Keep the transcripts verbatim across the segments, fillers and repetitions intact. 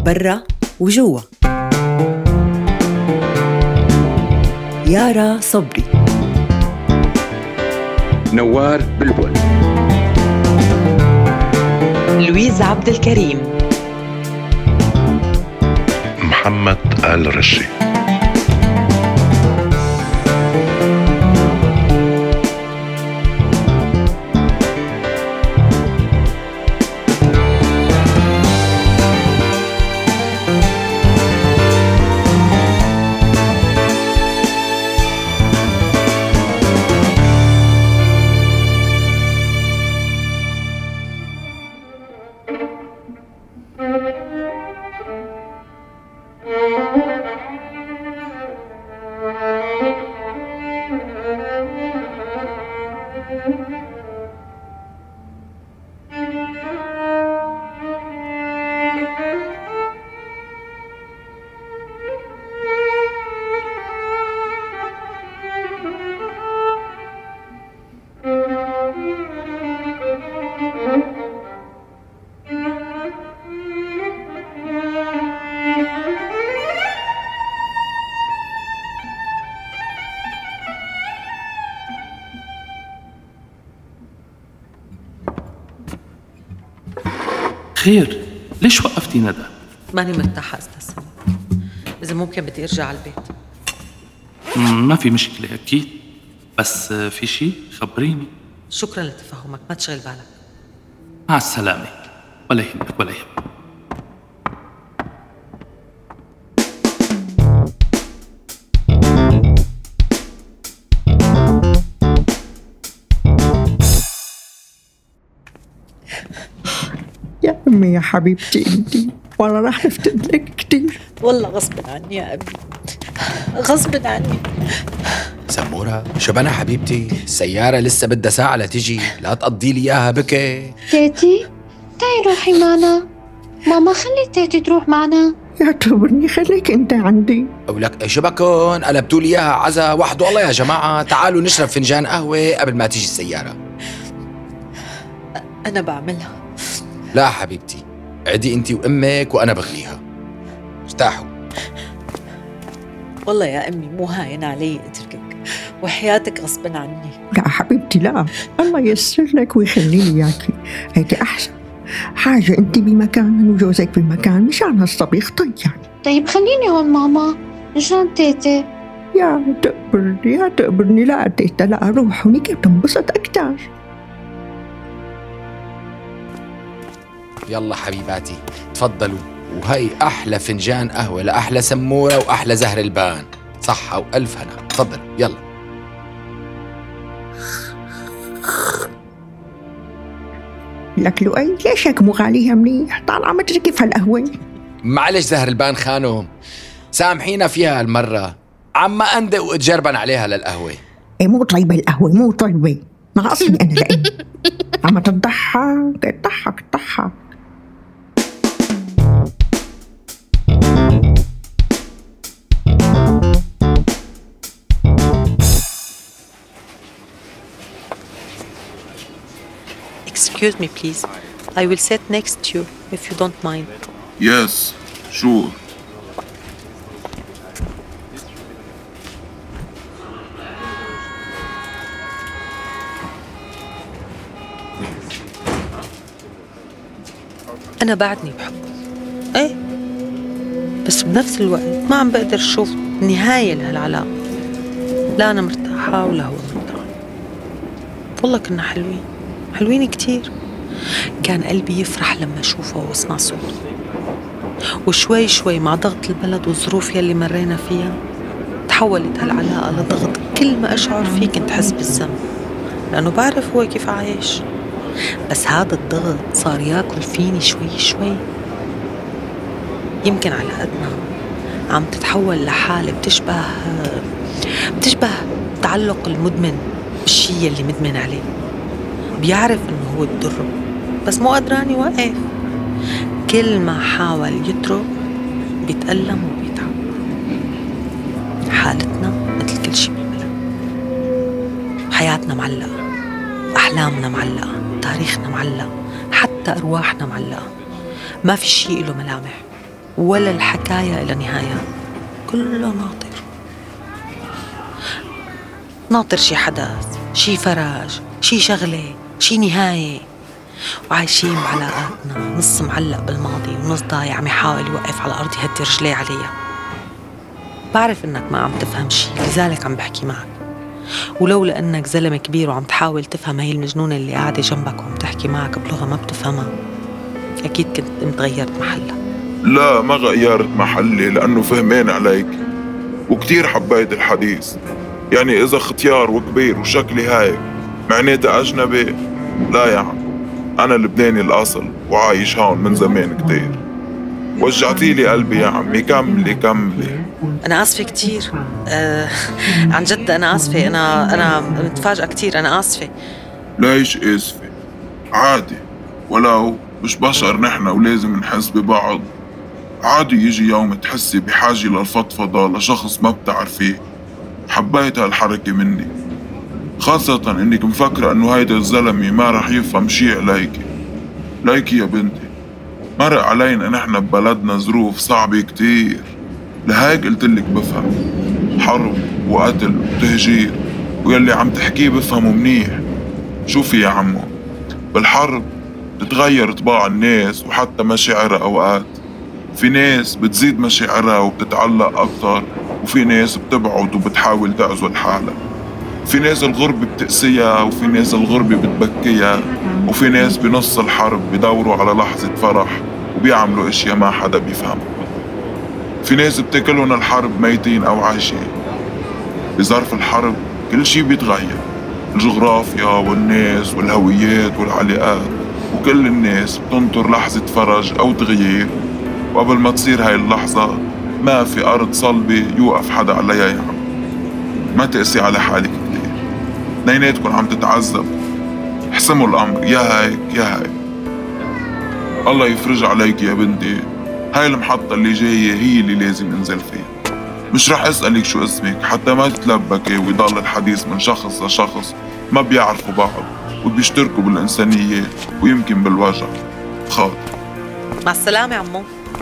برا وجوا. يارا صبري، نوار بلبل، لويز عبد الكريم، محمد آل رشي. خير، ليش وقفتي ندى؟ ماني مرتاحة أستاذ سامي، إذا ممكن بدي أرجع على البيت. ما في مشكلة أكيد، بس في شي خبريني. شكرا لتفهمك، ما تشغل بالك. مع السلامة. ولا يهمك ولا يهمك. يا أمي يا حبيبتي أنتي، والله راح نفتد لك كتير. والله غصب عني يا أبي، غصب عني. سمورة شبنا حبيبتي، السيارة لسه بدها ساعة لتيجي، لا تقضي لي إياها بكي. تيتي تعي روحي معنا. ماما خلي تيتي تروح معنا. يا تبرني خليك أنت عندي. أولك شو بكون قلبتوا لي إياها عزا واحد. والله يا جماعة تعالوا نشرب فنجان قهوة قبل ما تيجي السيارة. أنا بعملها. لا حبيبتي، عدي أنتي وأمك وأنا بغليها. ارتاحوا. والله يا أمي مو هاين علي أتركك، وحياتك غصبا عني. لا حبيبتي لا، الله ييسر لك ويخلي لي إياكي، هيك أحسن حاجة. أنت بمكان وجوزك بمكان، مشان هالصبي خطي يعني. طيب خليني هون ماما مشان تيتي. يا تقبرني يا تقبرني. لا تيتا لا، روح هونيك بتنبسط أكتر. يلا حبيباتي تفضلوا، وهي أحلى فنجان قهوة لأحلى سمورة وأحلى زهر البان. صحة وألف هنا. تفضلوا يلا. لك لؤي ليش هيك مو غاليها منيح؟ طالعة مدري كيف هالقهوة. معلش زهر البان خانهم، سامحينا فيها هالمرة. عما أندق واتجربن عليها للقهوة. ايه مو طيبة القهوة، مو طيبة، ناقصني أنا لأني عم تضحك تضحك تضحك. Excuse me please, I will sit next to you if you don't mind. Yes, sure. أنا بعدني بحبه، إيه، بس بنفس الوقت ما عم بقدر أشوف نهاية لهالعلاقة. لا أنا مرتاحة ولا هو مرتاح. والله كنا حلوين حلوين كتير. كان قلبي يفرح لما أشوفه وأسمع صوته. وشوي شوي مع ضغط البلد والظروف يلي مرينا فيها تحولت هالعلاقة لضغط. كل ما أشعر فيه كنت حس بالذنب، لأنه بعرف هو كيف عايش، بس هذا الضغط صار ياكل فيني شوي شوي. يمكن على قدنا عم تتحول لحالة بتشبه بتشبه تعلق المدمن بالشيء اللي مدمن عليه. بيعرف إنه هو بضره بس مو قدران يوقف. كل ما حاول يترك بيتألم وبيتعب. حالتنا مثل كل شيء بالبلد، حياتنا معلقة، أحلامنا معلقة، تاريخنا معلق، حتى أرواحنا معلقة. ما في شيء له ملامح. ولا الحكاية إلى نهاية، كله ناطر ناطر شي حدث، شي فرج، شي شغلة، شي نهاية. وعايشين بعلاقاتنا نص معلق بالماضي ونص ضايع عم يحاول يوقف على الأرض يهدي رجليه عليها. بعرف إنك ما عم تفهم شي، لذلك عم بحكي معك، ولو لأنك زلمة كبير وعم تحاول تفهم هاي المجنونة اللي قاعدة جنبك وعم تحكي معك بلغة ما بتفهمها، أكيد كنت انت غيرت محلها. لا، ما غيرت محلي لأنه فهمين عليك وكتير حبيت الحديث. يعني إذا ختيار وكبير وشكلي هايك معناتها أجنبي؟ لا يا عم، أنا لبناني الأصل وعايش هون من زمان كتير. وجعتيلي قلبي يا عمي، كملي كملي. أنا آسفة كتير، أه عن جد أنا آسفة، أنا أنا متفاجئة كتير، أنا آسفة. ليش آسفة؟ عادي، ولو مش بشر نحنا ولازم نحس ببعض. عادي يجي يوم تحسي بحاجة للفضفضة لشخص ما بتعرفيه. حبيت هالحركة مني، خاصة انك مفكرة انه هيدا الزلمي ما رح يفهم شي عليكي. ليكي يا بنتي، مرق علينا نحنا ببلدنا ظروف صعبة كتير، لهيك قلتلك بفهم. حرب وقتل وتهجير، ويلي عم تحكيه بفهمه منيح. شوفي يا عمو، بالحرب بتتغير طباع الناس وحتى مشاعرها أوقات. في ناس بتزيد مشاعرها وبتتعلق أكتر، وفي ناس بتبعد وبتحاول تعزل حالها. في ناس الغربة بتقسيها، وفي ناس الغربة بتبكيها، وفي ناس بنص الحرب بدوروا على لحظة فرح وبيعملوا اشياء ما حدا بيفهمها. في ناس بتاكلون الحرب ميتين أو عايشين. بظرف الحرب كل شي بيتغير، الجغرافيا والناس والهويات والعلاقات، وكل الناس بتنطر لحظة فرج أو تغيير. وقبل ما تصير هاي اللحظة ما في أرض صلبة يوقف حدا عليها يا عم. ما تقسي على حالك كتير، اثنيناتكن عم تتعذب. احسموا الأمر، يا هيك يا هيك. الله يفرج عليك يا بنتي. هاي المحطة اللي جاية هي اللي لازم انزل فيها. مش رح اسألك شو اسمك حتى ما تتلبكي ويضل الحديث من شخص لشخص ما بيعرفوا بعض وبيشتركوا بالإنسانية ويمكن بالوجع. خاطر مع السلامة عمو.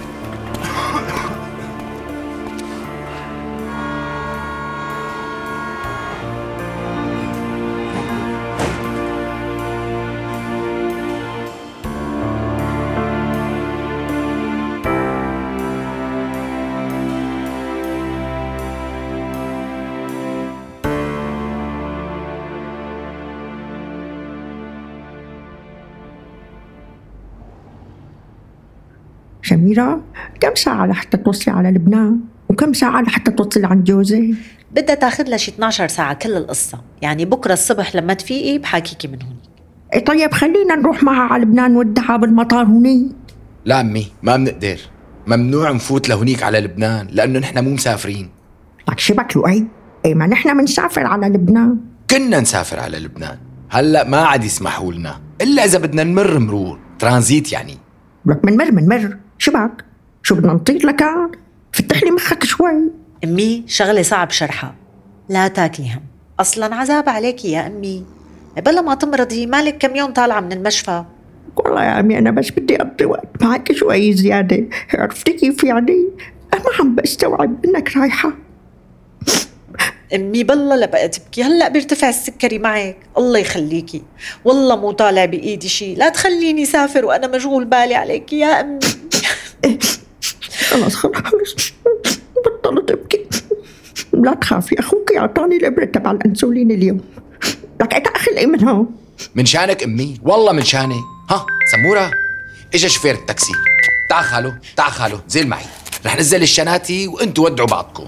سميرة، كم ساعة لحتى توصلي على لبنان؟ وكم ساعة لحتى توصلي عند جوزي؟ بدها تاخد لها شي اثناشر ساعة كل القصة، يعني بكرة الصبح لما تفيقي بحاكيكي من هونيك. ايه طيب خلينا نروح معها على لبنان ودعها بالمطار هونيك. لا أمي، ما بنقدر، ممنوع نفوت لهونيك على لبنان لأنه نحن مو مسافرين. لك شبك لؤي، ايه ما نحن منسافر على لبنان. كنا نسافر على لبنان، هلأ ما عاد يسمحوا لنا إلا إذا بدنا نمر مرور ترانزيت. يعني لك منمر منمر شبك؟ شو بدنا نطير لكان؟ فتح لي مخك شوي. أمي شغلة صعب شرحها، لا تاكلي هم، أصلاً عذاب عليكي يا أمي. بلا ما تمرضي مالك كم يوم طالعة من المشفى. والله يا أمي أنا بس بدي أقضي وقت معك شوي زيادة، عرفتي كيف يعني؟ أنا ما عم بستوعب إنك رايحة. أمي بالله لبقى تبكي، هلأ بيرتفع السكري معك، الله يخليكي، والله مو طالع بإيدي شي، لا تخليني سافر وأنا مشغول بالي عليك يا أمي. خلاص خلاص بطلت تبكي، لا تخافي، أخوك أعطاني الإبرة تبع الأنسولين اليوم، لك أتأخلي من هون. من شانك أمي، والله من شاني. ها سمورة، إجا شفير التاكسي. تعال خالو، تعال خالو، زيل معي، رح نزل الشناتي وانتوا ودعوا بعضكم.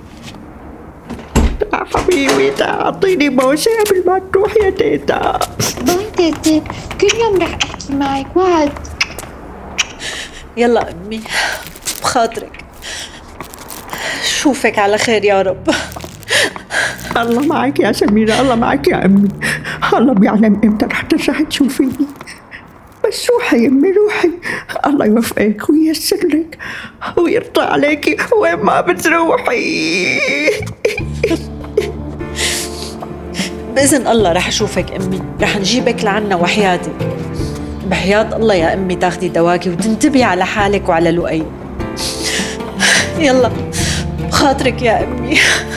يا حبيبي تعال أعطيني بوسة قبل ما تروح يا تيتا. باي تيتا، كل يوم رح أحكي معك، وعد. يلا أمي بخاطرك، شوفك على خير يا رب. الله معك يا سميرة، الله معك يا أمي، الله بيعلم إمتى رح ترجعي تشوفيني. بس روحي يا أمي روحي، الله يوفقك وييسر لك ويرضى عليكي وين ما بتروحي. بإذن الله رح أشوفك أمي، رح نجيبك لعنا وحياتك. بحياة الله يا أمي تاخدي دواكي وتنتبهي على حالك وعلى لؤي. يلا خاطرك يا أمي.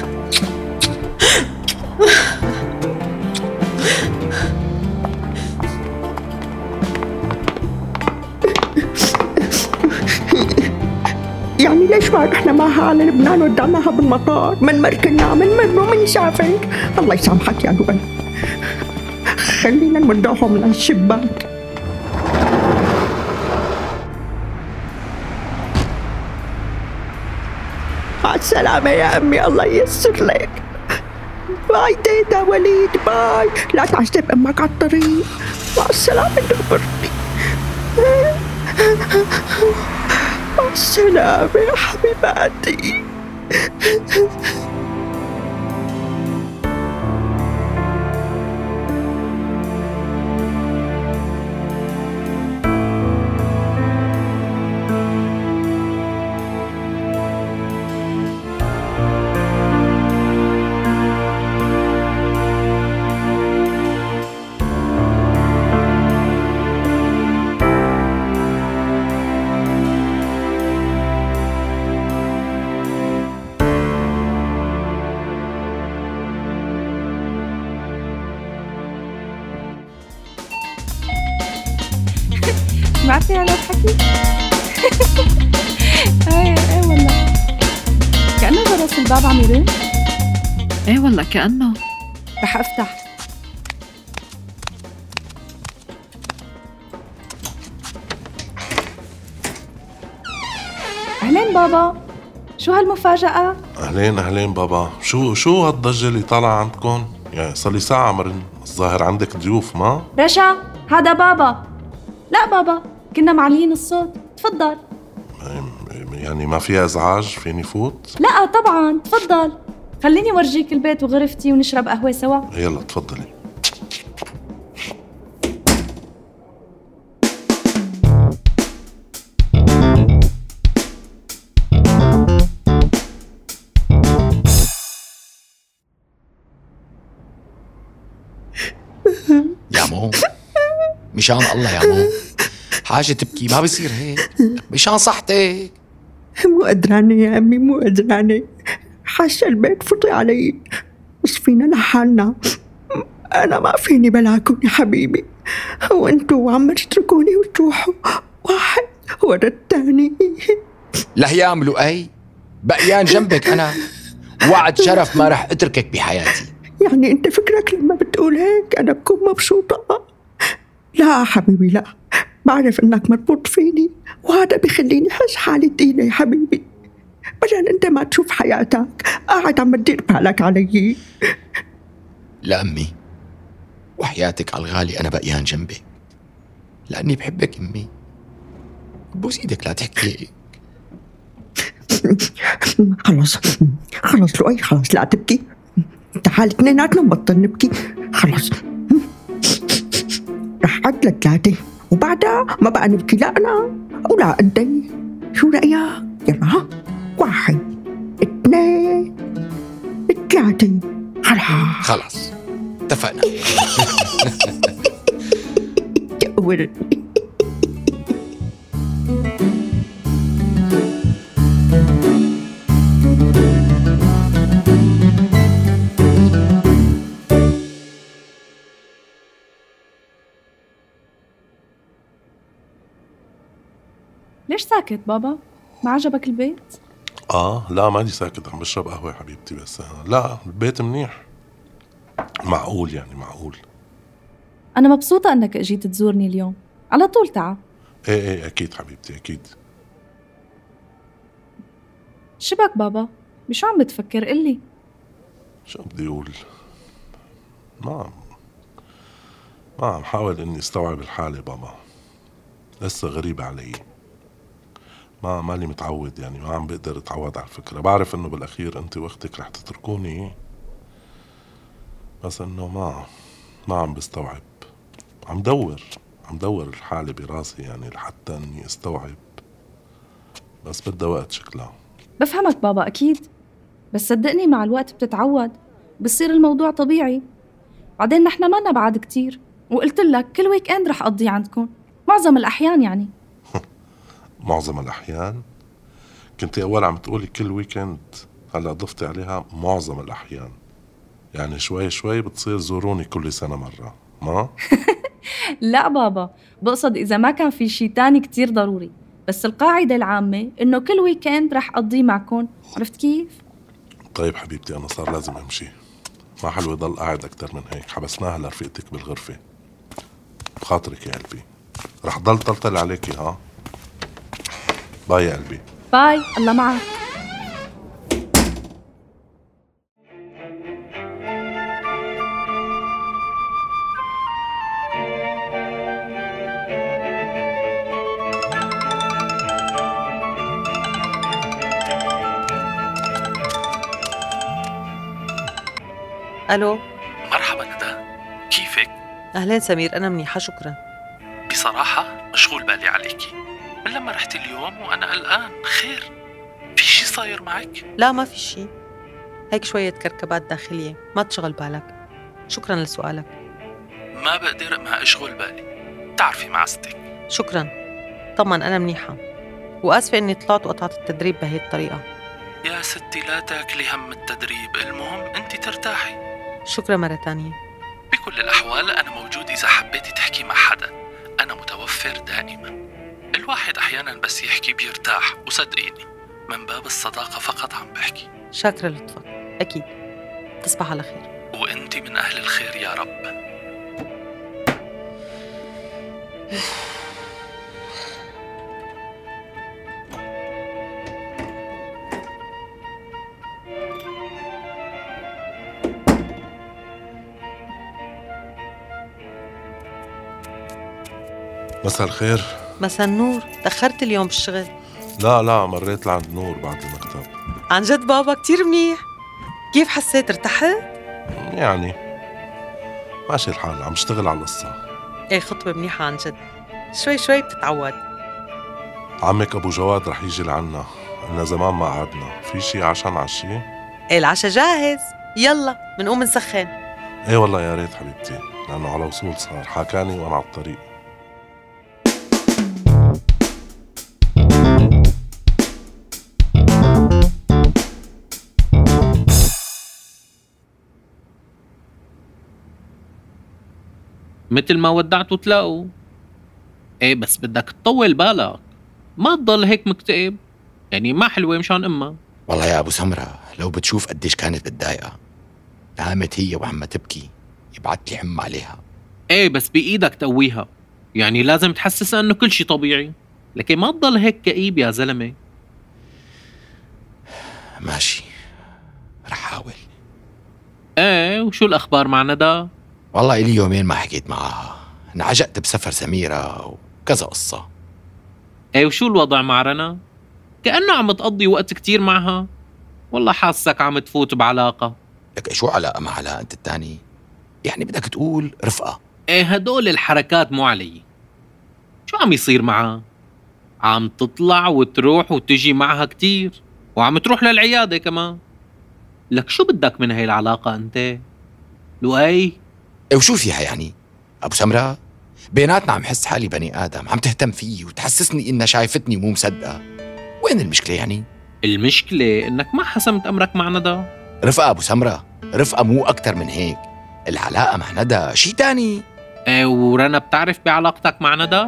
يعني ليش ما رحنا معها على لبنان ودعناها بالمطار؟ من مركنا من مرة من يسافر. الله يسامحك يا لؤي، خلينا نودعهم من الشباك. مع السلامة يا أمي، الله ييسر لك. باي تيتا وليد، باي. لا تعذب أمك على الطريق. مع السلامة دبرتي. مع السلامة يا حبيباتي. سمعتي على الحكي؟ ايه ايه والله كأنه جرس الباب عم يرن. ايه والله كأنه. رح افتح. اهلين بابا، شو هالمفاجأة؟ اهلين اهلين بابا. شو شو هالضجة اللي طالعة عندكم؟ يعني صار لي ساعة مرن، الظاهر عندك ضيوف. ما رشا هذا بابا. لا بابا كنا معليين الصوت، تفضل. يعني ما فيها ازعاج؟ فيني فوت؟ لا طبعا تفضل، خليني ورجيك البيت وغرفتي ونشرب قهوة سوا. يلا تفضلي. يا مو مشان الله يا مو، حاجة تبكي، ما بيصير هيك، مشان صحتك. مو قدرانة يا أمي، مو قدرانة. حاسة البيت فضي علي، بس فينا لحالنا. أنا ما فيني بلاكم يا حبيبي، وانتوا عم تتركوني وتروحوا واحد ورا الثاني. لهيام لؤي بقيان جنبك أنا، وعد شرف ما رح أتركك بحياتي. يعني أنت فكرك لما بتقول هيك أنا بكون مبسوطة؟ لا حبيبي لا، بعرف إنك مربوط فيني وهذا بيخليني أحس حالي تقيلة يا حبيبي. بدل أنت ما تشوف حياتك قاعد عم تدير بالك علي. لا أمي، وحياتك على الغالي أنا بقيان جنبك لأني بحبك أمي. بوس إيدك لا تحكي هيك. خلص خلص لؤي، خلص لا تبكي. تعال اثنيناتنا نبطل نبكي. خلص رح عد لثلاثة وبعدها ما بقى نبكي لا أنا ولا أنت. شو رأيك؟ يلا ها، واحد اثنين ثلاثة. خلاص خلاص اتفقنا. تقول ليش ساكت بابا؟ ما عجبك البيت؟ اه لا ماني ساكت، عم بشرب قهوة حبيبتي. بس لا البيت منيح، معقول يعني معقول. أنا مبسوطة أنك أجيت تزورني اليوم، على طول تعال. ايه ايه أكيد حبيبتي أكيد. شبك بابا؟ بشو عم بتفكر قلي؟ شو بدي أقول؟ ما ما عم حاول إني استوعب الحالة بابا، لسه غريبة علي. ما مالي متعود، يعني ما عم بقدر اتعود على الفكرة. بعرف إنه بالأخير أنت وأختك رح تتركوني، بس إنه ما ما عم بستوعب. عم دور عم دور الحالة براسي يعني لحتى إني استوعب، بس بدها وقت شكلها. بفهمك بابا أكيد، بس صدقني مع الوقت بتتعود، بصير الموضوع طبيعي. بعدين نحنا ما نبعد كتير، وقلت لك كل ويك اند رح أقضي عندكم معظم الأحيان. يعني معظم الأحيان؟ كنت أول عم تقولي كل ويكند، هلا ضفتي عليها معظم الأحيان. يعني شوي شوي بتصير زوروني كل سنة مرة، ما؟ لا بابا، بقصد إذا ما كان في شي تاني كتير ضروري، بس القاعدة العامة إنه كل ويكند رح أقضيه معكم. عرفت كيف؟ طيب حبيبتي، أنا صار لازم أمشي، ما حلو يضل قاعد أكتر من هيك. حبسناها لرفيقتك بالغرفة. بخاطرك يا قلبي، رح ضل طلطل عليكي. ها، باي يا قلبي. باي، الله معك. ألو. مرحبا ندى، كيفك؟ أهلين سمير، أنا منيحة شكرا. بصراحة مشغول بالي عليكي من لما رحت اليوم وأنا قلقان. خير، في شي صاير معك؟ لا ما في شي، هيك شوية كركبات داخلية، ما تشغل بالك. شكرا لسؤالك. ما بقدر ما أشغل بالي، تعرفي معزتك. شكرا، طبعا أنا منيحة، وآسفة إني طلعت وقطعت التدريب بهي الطريقة. يا ستي لا تاكلي هم التدريب، المهم أنت ترتاحي. شكرا مرة تانية. بكل الأحوال أنا موجود إذا حبيتي تحكي مع حدا، أنا متوفر دائما. الواحد أحيانا بس يحكي بيرتاح، وصدقيني من باب الصداقة فقط عم بحكي. شاكرة لطفك، أكيد. تصبح على خير. وأنت من أهل الخير يا رب. مساء الخير. مساء النور، تأخرت اليوم بالشغل. لا لا، مريت لعند نور بعد المكتب. عن جد بابا كتير منيح. كيف حسيت، ارتحت؟ يعني ماشي الحال، عم اشتغل على القصة. ايه خطوة منيحة عن جد، شوي شوي بتتعود. عمك أبو جواد رح يجي لعنا، إننا زمان ما قعدنا. في شي عشان عشي؟ ايه العشاء جاهز، يلا منقوم نسخن. ايه والله يا ريت حبيبتي، لأنه على وصول صار، حكاني وأنا على الطريق. مثل ما ودعتوا تلاقوا. ايه بس بدك تطول بالك، ما تضل هيك مكتئب، يعني ما حلوة مشان امها. والله يا ابو سمرة، لو بتشوف قديش كانت متضايقة، قامت هي وعم تبكي يبعت لي حم عليها. ايه بس بايدك تقويها، يعني لازم تحسسها انه كل شي طبيعي، لكن ما تضل هيك كئيب يا زلمة. ماشي، رح حاول. ايه وشو الاخبار مع ندى؟ والله إلي يومين ما حكيت معها، انعجقت بسفر سميرة وكذا قصة. ايه وشو الوضع مع رنا؟ كأنه عم تقضي وقت كتير معها، والله حاسك عم تفوت بعلاقة. لك شو علاقة مع علاقة انت التاني؟ يعني بدك تقول رفقة. ايه هدول الحركات مو علي. شو عم يصير معها؟ عم تطلع وتروح وتجي معها كتير، وعم تروح للعيادة كمان. لك شو بدك من هاي العلاقة انت؟ لؤي؟ ايه وشو فيها يعني؟ ابو سمرة، بيناتنا عم حس حالي بني آدم، عم تهتم فيه وتحسسني إنها شايفتني ومو مصدقة. وين المشكلة يعني؟ المشكلة إنك ما حسمت أمرك مع ندى. رفقة أبو سمرة، رفقة مو أكتر من هيك. العلاقة مع ندى شي تاني. ايه ورنا بتعرف بعلاقتك مع ندى؟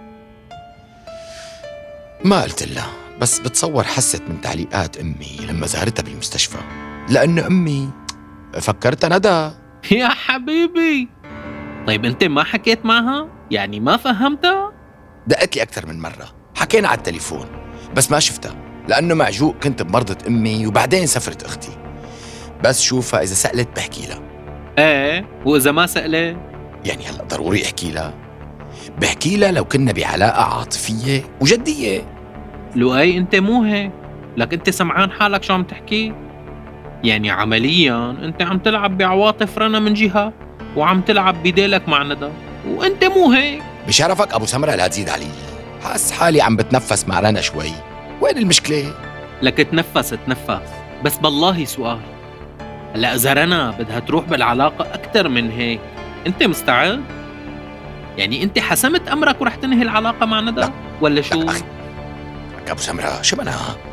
ما قلت لها، بس بتصور حست من تعليقات أمي لما زارتها بالمستشفى، لأن أمي فكرتها ندى. يا حبيبي، طيب أنت ما حكيت معها؟ يعني ما فهمتها؟ دقت لي أكثر من مرة، حكينا على التليفون بس ما شفتها، لأنه معجوق كنت بمرضة أمي وبعدين سافرت أختي. بس شوفها إذا سألت بحكي لها. إيه وإذا ما سألت؟ يعني هلأ ضروري أحكي لها؟ بحكي لها لو كنا بعلاقة عاطفية وجدية. لؤي أنت مو هيك، لك أنت سمعان حالك شو عم تحكي؟ يعني عملياً أنت عم تلعب بعواطف رنا من جهة، وعم تلعب بديلك مع ندى، وأنت مو هيك. بشرفك أبو سمرة لا تزيد علي، حاس حالي عم بتنفس مع رنا شوي. وين المشكلة؟ لك تنفس تنفس، بس بالله سؤال، هلا إذا رنا بدها تروح بالعلاقة أكتر من هيك، أنت مستعد؟ يعني أنت حسمت أمرك ورح تنهي العلاقة مع ندى؟ ولا شو؟ لك أخي، لك أبو سمرة شو بدنا؟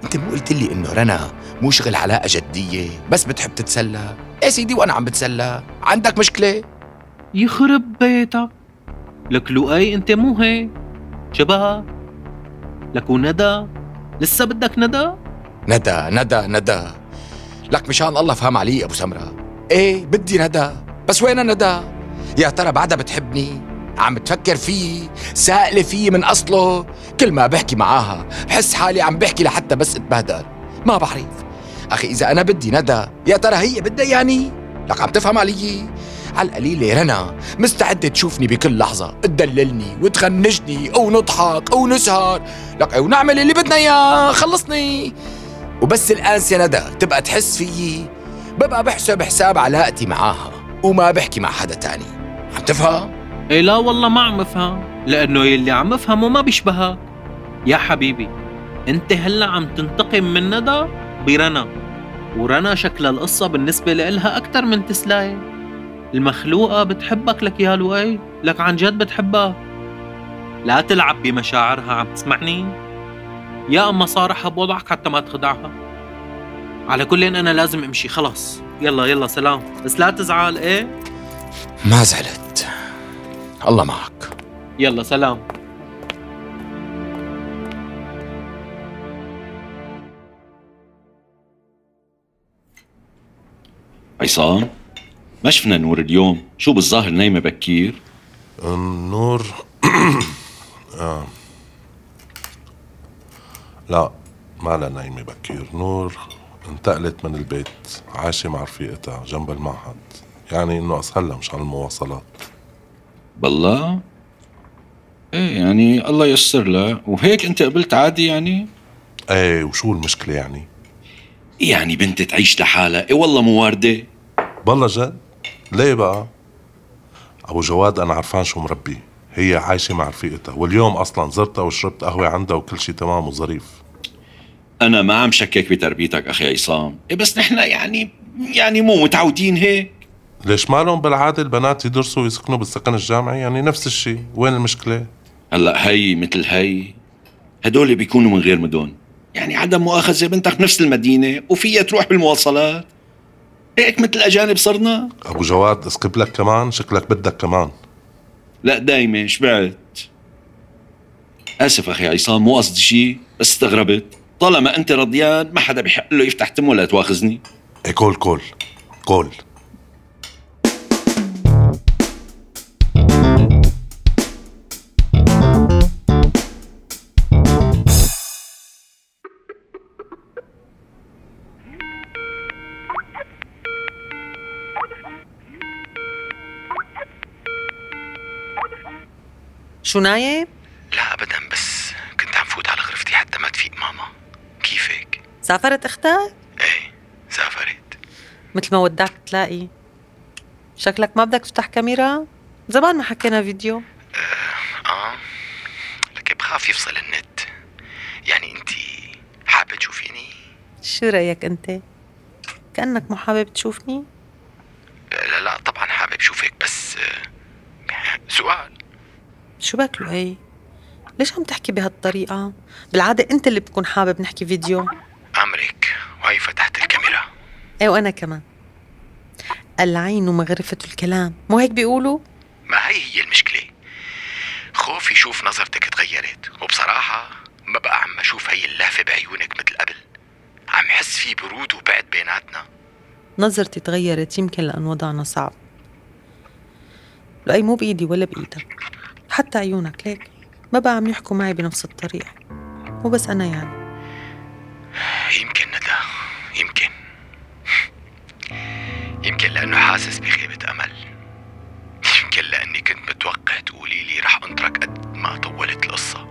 انت مو قلت لي انه رنا مو شغل علاقة جدية بس بتحب تتسلى؟ يا سيدي وانا عم بتسلى، عندك مشكلة؟ يخرب بيتك، لك لؤي انت مو هيك شبهها. لك وندى لسه بدك ندى؟ ندى ندى ندى لك مشان الله فهم علي ابو سمرة. ايه بدي ندى، بس وين ندى؟ يا ترى بعدها بتحبني؟ عم تفكر فيه؟ سائلة فيه من أصله؟ كل ما بحكي معاها بحس حالي عم بحكي لحتى بس اتبهدل. ما بعرف أخي، إذا أنا بدي ندى يا ترى هي بدها يعني؟ لك عم تفهم علي؟ على القليلة رنا مستعدة تشوفني بكل لحظة، تدللني وتخنجني أو نضحك أو نسهر، لك أو نعمل اللي بدنا إياه، خلصني. وبس الآنس يا ندى تبقى تحس فيي ببقى بحسب حساب علاقتي معاها وما بحكي مع حدا تاني. عم تفهم؟ إيه لا والله ما عم افهم، لأنه يلي عم افهمه ما بيشبهك يا حبيبي. انت هلا عم تنتقم من ندى برنا، ورنا شكل القصة بالنسبة لإلها أكتر من تسلاية. المخلوقة بتحبك لك يا لؤي، لك عن جد بتحبك. لا تلعب بمشاعرها، عم تسمعني؟ يا أما صارحها بوضعك حتى ما تخدعها. على كل إن أنا لازم امشي خلاص، يلا يلا سلام، بس لا تزعل. ايه ما زعلت، الله معك. يلا سلام. عصام، ما شفنا نور اليوم، شو بالظاهر نايمة بكير؟ نور آه. لا ما لا نايمة بكير. نور انتقلت من البيت، عايشة مع رفيقتها جنب المعهد، يعني انه اسهل لها مشان المواصلات. بالله؟ ايه يعني الله ييسر لها. وهيك انت قبلت عادي يعني؟ ايه وشو المشكلة يعني؟ يعني بنت تعيش لحالها، ايه والله مو واردة. بالله جد؟ ليه بقى؟ ابو جواد انا عرفان شو مربي، هي عايشة مع رفيقتها، واليوم اصلا زرتها وشربت قهوة عندها وكل شي تمام وظريف. انا ما عم شكك بتربيتك اخي عصام، إيه بس نحن يعني يعني مو متعودين هيك. ليش مالهم بالعادة البنات يدرسوا ويسكنوا بالسكن الجامعي؟ يعني نفس الشي، وين المشكلة؟ هلا هي مثل هي هدول بيكونوا من غير مدن، يعني عدم مؤاخذة بنتك نفس المدينة وفيها تروح بالمواصلات، هيك مثل الأجانب صرنا. أبو جواد اسكب لك كمان، شكلك بدك كمان. لا دايما شبعت. آسف أخي عصام، مو قصدي شي، بس استغربت. طالما أنت رضيان ما حدا بيحق له يفتح تمه لا تواخذني. إيه كول كول كول. شو نايم؟ لا أبدا، بس كنت عم فوت على غرفتي حتى ما تفيق ماما. كيفك؟ سافرت أختك؟ ايه سافرت. مثل ما ودعك تلاقي. شكلك ما بدك تفتح كاميرا؟ زمان ما حكينا فيديو. اه, آه. لك بخاف يفصل النت. يعني انتي حابة تشوفيني؟ شو رأيك انت؟ كأنك مو حابب تشوفني؟ لا لا طبعا حابب شوفك، بس سؤال. شو بك لؤي؟ ليش عم تحكي بهالطريقة؟ بالعادة انت اللي بتكون حابب نحكي فيديو. أمرك وهي فتحت الكاميرا. ايه وانا كمان. العين مغرفة الكلام، مو هيك بيقولوا؟ ما هي هي المشكلة، خوفي يشوف نظرتك تغيرت، وبصراحة ما بقى عم اشوف هي اللهفة بعيونك مثل قبل، عم حس في برود وبعد بيناتنا. نظرتي تغيرت يمكن لأن وضعنا صعب. لؤي مو بإيدي ولا بإيدك، حتى عيونك ليك ما بقى عم يحكوا معي بنفس الطريقة. مو بس أنا يعني. يمكن ندى، يمكن يمكن لأنه حاسس بخيبة أمل، يمكن لأني كنت متوقع تقولي لي رح أنطرك قد ما طولت القصة.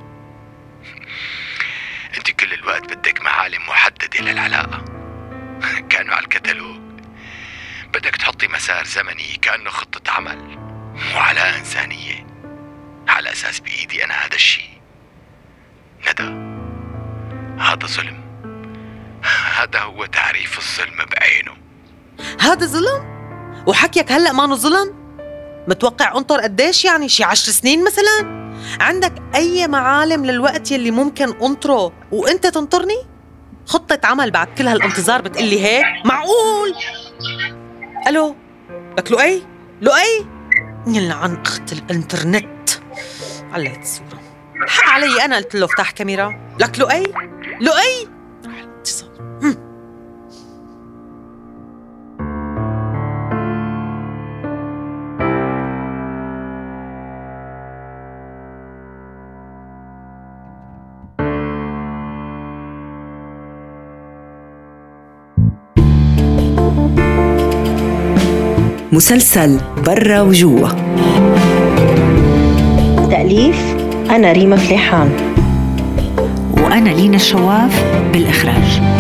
أنت كل الوقت بدك معالم محددة للعلاقة، كأنه على الكتالوج بدك تحطي مسار زمني كأنه خطة عمل، مو على إنسانية، على أساس بإيدي أنا هذا الشيء. ندى، هذا ظلم، هذا هو تعريف الظلم بعينه. هذا ظلم؟ وحكيك هلأ ما انه ظلم؟ متوقع انطر قديش يعني؟ شي عشر سنين مثلا؟ عندك أي معالم للوقت يلي ممكن انطره وانت تنطرني؟ خطة عمل بعد كل هالانتظار بتقلي هيك؟ معقول؟ ألو لك لؤي؟ لؤي؟ يلعن أخت الإنترنت. علقت الصورة. حق علي أنا قلت له افتح كاميرا. لك لؤي؟ لؤي؟ راح الاتصال. مسلسل برا وجوا. تأليف أنا ريما فليحان، وأنا لينا الشواف بالإخراج.